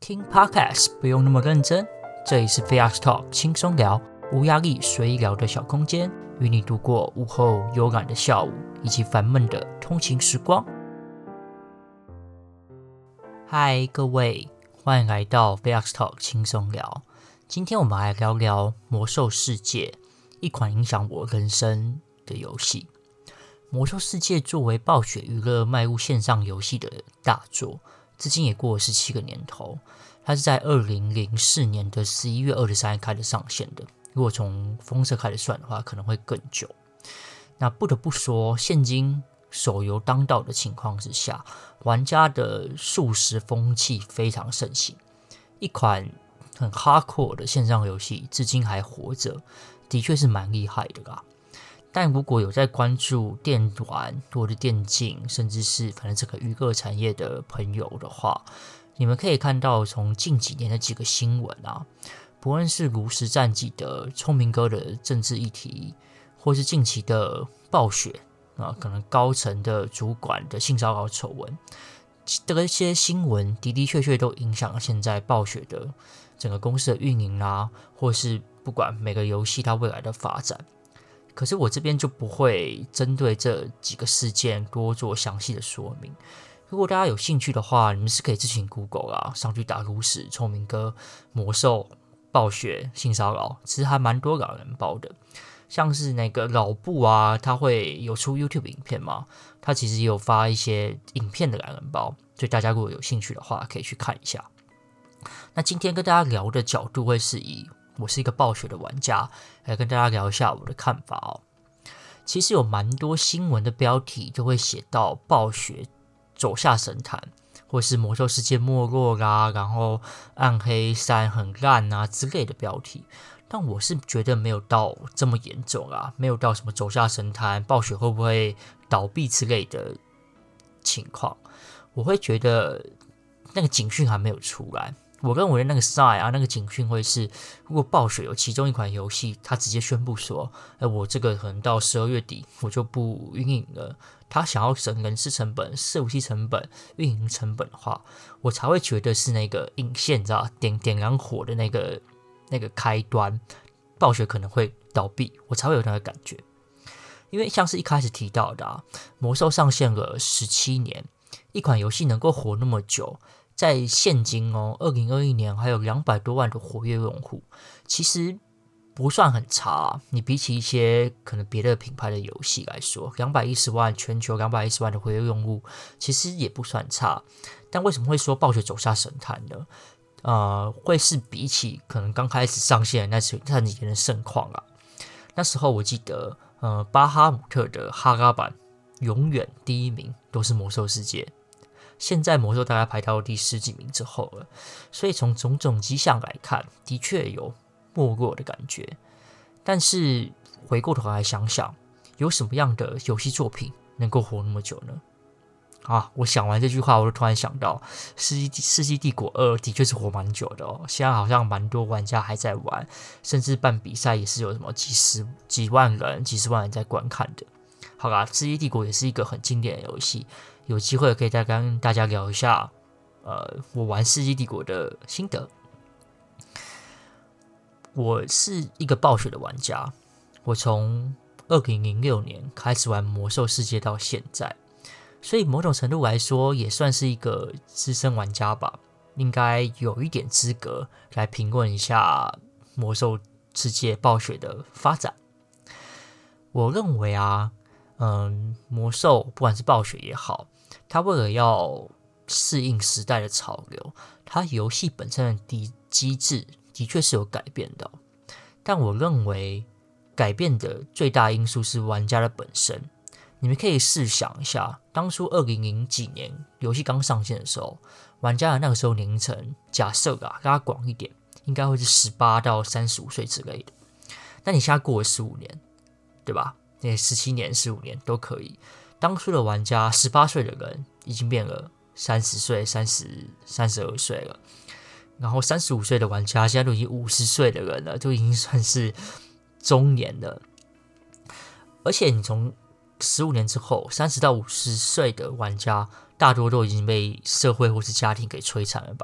听 Podcast 不用那么认真，这里是 VX Talk 轻松聊，无压力随意聊的小空间，与你度过午后悠然的下午，以及烦闷的通勤时光。嗨，各位，欢迎来到 VX Talk 轻松聊。今天我们来聊聊《魔兽世界》，一款影响我人生的游戏。魔兽世界作为暴雪娱乐迈入线上游戏的大作，至今也过了17个年头。它是在2004年的11月23日开始上线的，如果从封测开始算的话，可能会更久。那不得不说，现今手游当道的情况之下，玩家的速食风气非常盛行。一款很 hardcore 的线上游戏至今还活着，的确是蛮厉害的啦。但如果有在关注电玩或者电竞，甚至是反正这个娱乐产业的朋友的话，你们可以看到从近几年的几个新闻啊，不论是炉石战记的聪明哥的政治议题，或是近期的暴雪可能高层的主管的性骚扰丑闻，这些新闻的的确确都影响了现在暴雪的整个公司的运营啦，或是不管每个游戏它未来的发展。可是我这边就不会针对这几个事件多做详细的说明。如果大家有兴趣的话，你们是可以自行 Google 啊，上去打炉石、聪明哥、魔兽、暴雪、性骚扰，其实还蛮多懒人包的。像是那个老布啊，他会有出 YouTube 影片嘛，他其实也有发一些影片的懒人包，所以大家如果有兴趣的话，可以去看一下。那今天跟大家聊的角度会是以我是一个暴雪的玩家，来跟大家聊一下我的看法哦。其实有蛮多新闻的标题就会写到暴雪走下神坛，或是魔兽世界没落啦，然后暗黑3很烂啊之类的标题。但我是觉得没有到这么严重啦，没有到什么走下神坛，暴雪会不会倒闭之类的情况。我会觉得那个警讯还没有出来。我认为那个 sign 啊，那个警讯会是，如果暴雪有其中一款游戏，它直接宣布说，我这个可能到12月底我就不运营了，他想要省人事成本、伺服器成本、运营成本的话，我才会觉得是那个引线，你知道点燃火的那个开端，暴雪可能会倒闭，我才会有那个感觉。因为像是一开始提到的魔兽上线了17年，一款游戏能够活那么久。在现今2021年还有200多万的活跃用户，其实不算很差你比起一些可能别的品牌的游戏来说，210万全球210万的活跃用户，其实也不算差。但为什么会说暴雪走下神坛呢？会是比起可能刚开始上线的那几年的盛况啊。那时候我记得，巴哈姆特的哈拉版永远第一名都是魔兽世界。现在魔兽大概排到第10几名之后了，所以从种种迹象来看，的确有没落的感觉。但是回过头来想想，有什么样的游戏作品能够活那么久呢？我想完这句话，我就突然想到，世纪帝国2的确是活蛮久的哦。现在好像蛮多玩家还在玩，甚至办比赛也是有什么几万人、几十万人在观看的。好啦，世纪帝国也是一个很经典的游戏。有机会可以再跟大家聊一下，我玩《世纪帝国》的心得。我是一个暴雪的玩家，我从2006年开始玩《魔兽世界》到现在，所以某种程度来说，也算是一个资深玩家吧，应该有一点资格来评论一下《魔兽世界》暴雪的发展。我认为魔兽不管是暴雪也好，它为了要适应时代的潮流，它游戏本身的机制的确是有改变的，但我认为改变的最大因素是玩家的本身。你们可以试想一下，当初2000几年游戏刚上线的时候，玩家的那个时候年龄层，假设拉广一点，应该会是18到35岁之类的。那你现在过了15年，对吧？17年、15年都可以。当初的玩家18岁的人已经变了30岁、32岁了，然后35岁的玩家现在都已经50岁的人了，就已经算是中年了。而且你从15年之后，30到50岁的玩家大多都已经被社会或是家庭给摧残了吧？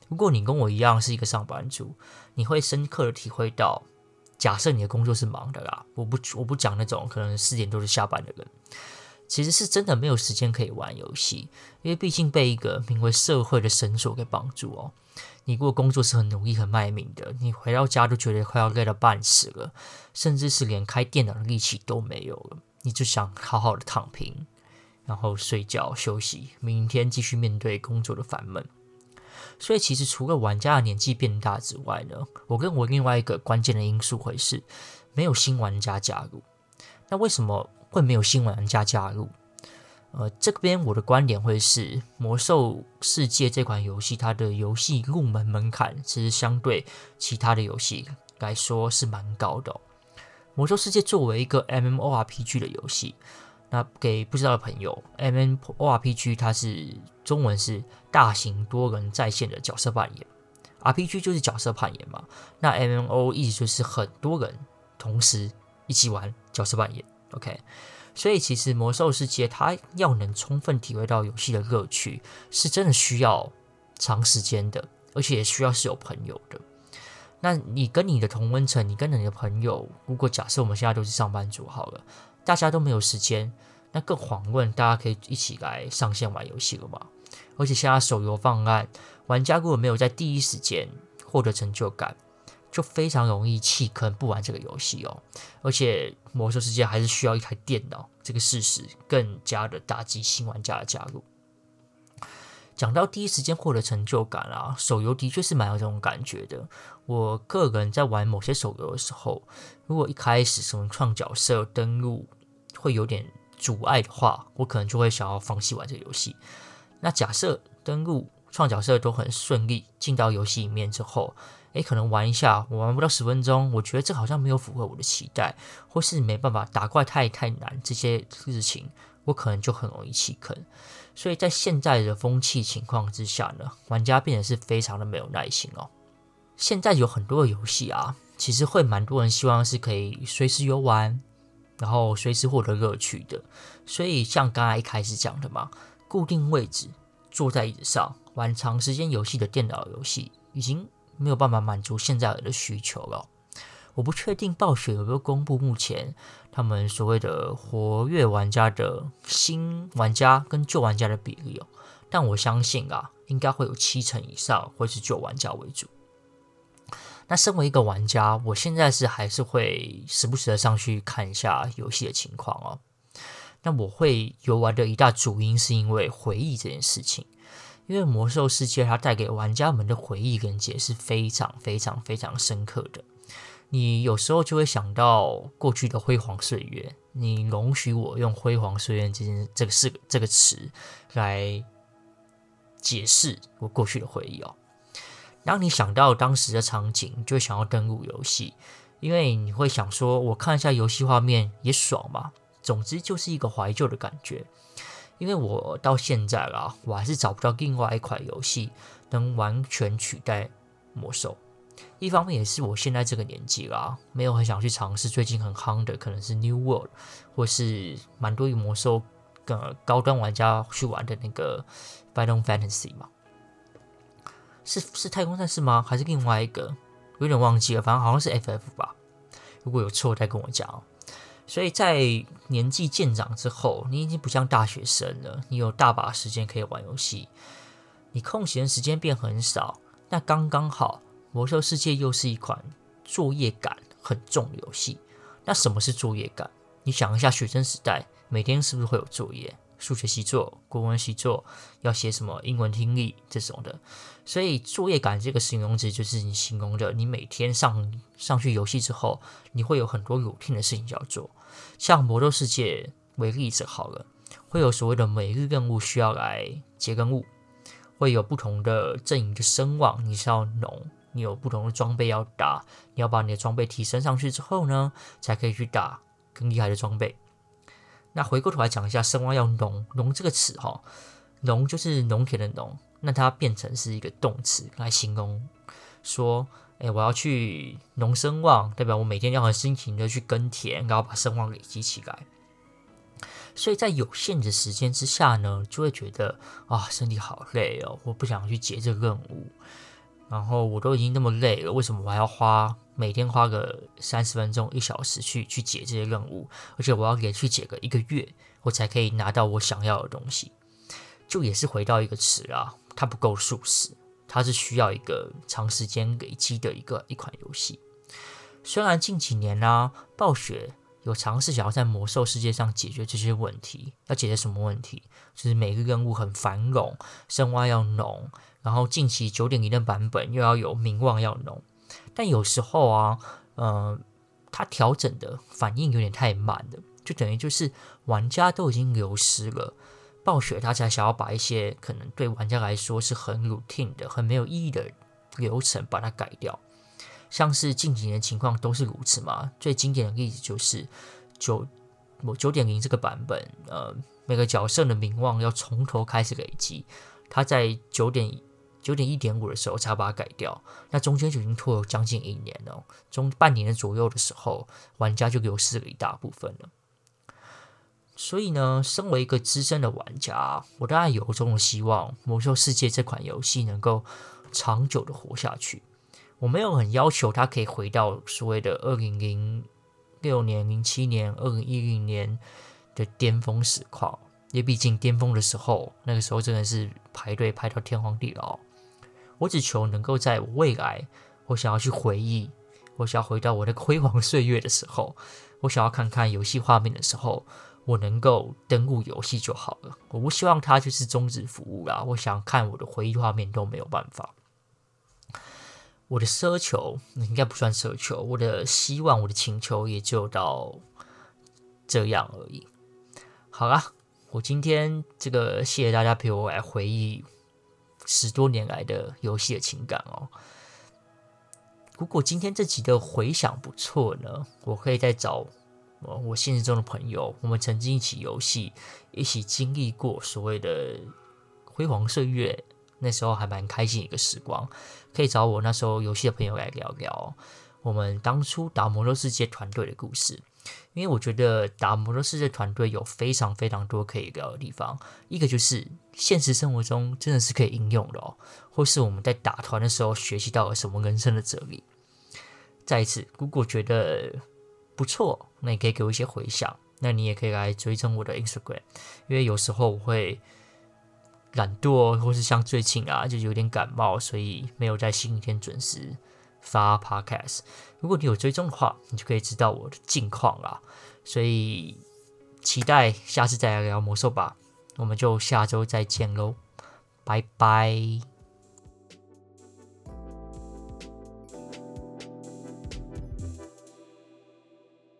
如果你跟我一样是一个上班族，你会深刻的体会到，假设你的工作是忙的啦，我不讲那种可能4点多就下班的人，其实是真的没有时间可以玩游戏，因为毕竟被一个名为社会的绳索给绑住哦。你如果工作是很努力、很卖命的，你回到家都觉得快要累到半死了，甚至是连开电脑的力气都没有了，你就想好好的躺平，然后睡觉休息，明天继续面对工作的烦闷。所以其实除了玩家的年纪变大之外呢，我跟我另外一个关键的因素会是没有新玩家加入。那为什么会没有新玩家加入？这边我的观点会是，《魔兽世界》这款游戏，它的游戏入门门槛其实相对其他的游戏来说是蛮高的哦。魔兽世界作为一个 MMORPG 的游戏，那给不知道的朋友 ，MMORPG 它是中文是大型多人在线的角色扮演 ，RPG 就是角色扮演嘛。那 MMO 意思就是很多人同时一起玩角色扮演 ，OK。所以其实魔兽世界它要能充分体会到游戏的乐趣，是真的需要长时间的，而且也需要是有朋友的。那你跟你的同温层，你跟你的朋友，如果假设我们现在都是上班族好了，大家都没有时间，那更遑论大家可以一起来上线玩游戏了嘛。而且现在手游方案，玩家如果没有在第一时间获得成就感，就非常容易弃坑不玩这个游戏哦。而且魔兽世界还是需要一台电脑，这个事实更加的打击新玩家的加入。讲到第一时间获得成就感啊，手游的确是蛮有这种感觉的。我个人在玩某些手游的时候，如果一开始什么创角色登录会有点阻碍的话，我可能就会想要放弃玩这个游戏。那假设登录创角色都很顺利，进到游戏里面之后，可能玩一下，我玩不到10分钟，我觉得这好像没有符合我的期待，或是没办法打怪太难，这些事情我可能就很容易弃坑。所以在现在的风气情况之下呢，玩家变得是非常的没有耐心哦。现在有很多的游戏啊，其实会蛮多人希望是可以随时游玩，然后随时获得乐趣的。所以像刚才一开始讲的嘛，固定位置坐在椅子上玩长时间游戏的电脑游戏，已经没有办法满足现在人的需求了。我不确定暴雪有没有公布目前他们所谓的活跃玩家的新玩家跟旧玩家的比例哦，但我相信啊，应该会有70%以上会是旧玩家为主。那身为一个玩家，我现在还是会时不时的上去看一下游戏的情况哦。那我会游玩的一大主因是因为回忆这件事情。因为魔兽世界它带给玩家们的回忆连结是非常深刻的，你有时候就会想到过去的辉煌岁月。你容许我用辉煌岁月这个词来解释我过去的回忆哦。当你想到当时的场景，你就会想要登录游戏，因为你会想说，我看一下游戏画面也爽嘛。总之就是一个怀旧的感觉。因为我到现在啦，我还是找不到另外一款游戏能完全取代魔兽。一方面也是我现在这个年纪啦，没有很想去尝试最近很夯的，可能是 New World， 或是蛮多魔兽高端玩家去玩的那个 Final Fantasy 嘛。是太空战士吗？还是另外一个？有点忘记了，反正好像是 FF 吧。如果有错再跟我讲哦。所以在年纪渐长之后，你已经不像大学生了，你有大把时间可以玩游戏，你空闲时间变很少，那刚刚好，魔兽世界又是一款作业感很重的游戏。那什么是作业感？你想一下学生时代，每天是不是会有作业？数学习作、国文习作，要写什么英文听力这种的。所以作业感这个形容词就是你形容的，你每天上去游戏之后，你会有很多 routine 的事情要做。像魔兽世界为例子好了，会有所谓的每日任务需要来接任务，会有不同的阵营的声望，你是要农，你有不同的装备要打，你要把你的装备提升上去之后呢，才可以去打更厉害的装备。那回过头来讲一下声望要农这个词哈，农就是农田的农，那它变成是一个动词来形容说，我要去农声望，代表我每天要很辛勤的去耕田，然后把声望累积起来。所以在有限的时间之下呢，就会觉得身体好累哦，我不想去解这个任务。 然后我都已经那么累了，为什么我还要每天花个30分钟、1小时去解这些任务？而且我要连续解个1个月，我才可以拿到我想要的东西。就也是回到一个词啦，它不够速食，它是需要一个长时间累积的一款游戏。虽然近几年暴雪有尝试想要在魔兽世界上解决这些问题，要解决什么问题？就是每个任务很繁冗，深挖要浓，然后近期9.0的版本又要有名望要浓，但有时候它调整的反应有点太慢了，就等于就是玩家都已经流失了。暴雪他才想要把一些可能对玩家来说是很 routine 的、很没有意义的流程把它改掉，像是近几年情况都是如此嘛。最经典的例子就是9.0这个版本，每个角色的名望要从头开始累积，他在9.1.5的时候才把它改掉，那中间就已经拖了将近1年了，半年左右的时候，玩家就流失了一大部分了。所以呢，身为一个资深的玩家，我当然由衷的希望《魔兽世界》这款游戏能够长久的活下去。我没有很要求它可以回到所谓的2006年、07年、2010年的巅峰实况，因为毕竟巅峰的时候，那个时候真的是排队排到天荒地老。我只求能够在未来，我想要去回忆，我想要回到我的辉煌岁月的时候，我想要看看游戏画面的时候，我能够登录游戏就好了。我不希望它就是终止服务啦，我想看我的回忆画面都没有办法。我的奢求应该不算奢求，我的希望、我的请求也就到这样而已。好啦，我今天谢谢大家陪我来回忆10多年来的游戏的情感哦。如果今天这集的回响不错呢，我可以再找我现实中的朋友，我们曾经一起游戏，一起经历过所谓的辉煌岁月，那时候还蛮开心的一个时光，可以找我那时候游戏的朋友来聊聊我们当初打魔兽世界团队的故事。因为我觉得打魔兽世界团队有非常非常多可以聊的地方，一个就是现实生活中真的是可以应用的哦，或是我们在打团的时候学习到了什么人生的哲理。再一次，如果觉得不错，那你可以给我一些回响，那你也可以来追踪我的 Instagram， 因为有时候我会懒惰，或是像最近就有点感冒，所以没有在星期天准时发 podcast。如果你有追踪的话，你就可以知道我的近况啦。所以期待下次再来聊魔兽吧，我们就下周再见喽，拜拜。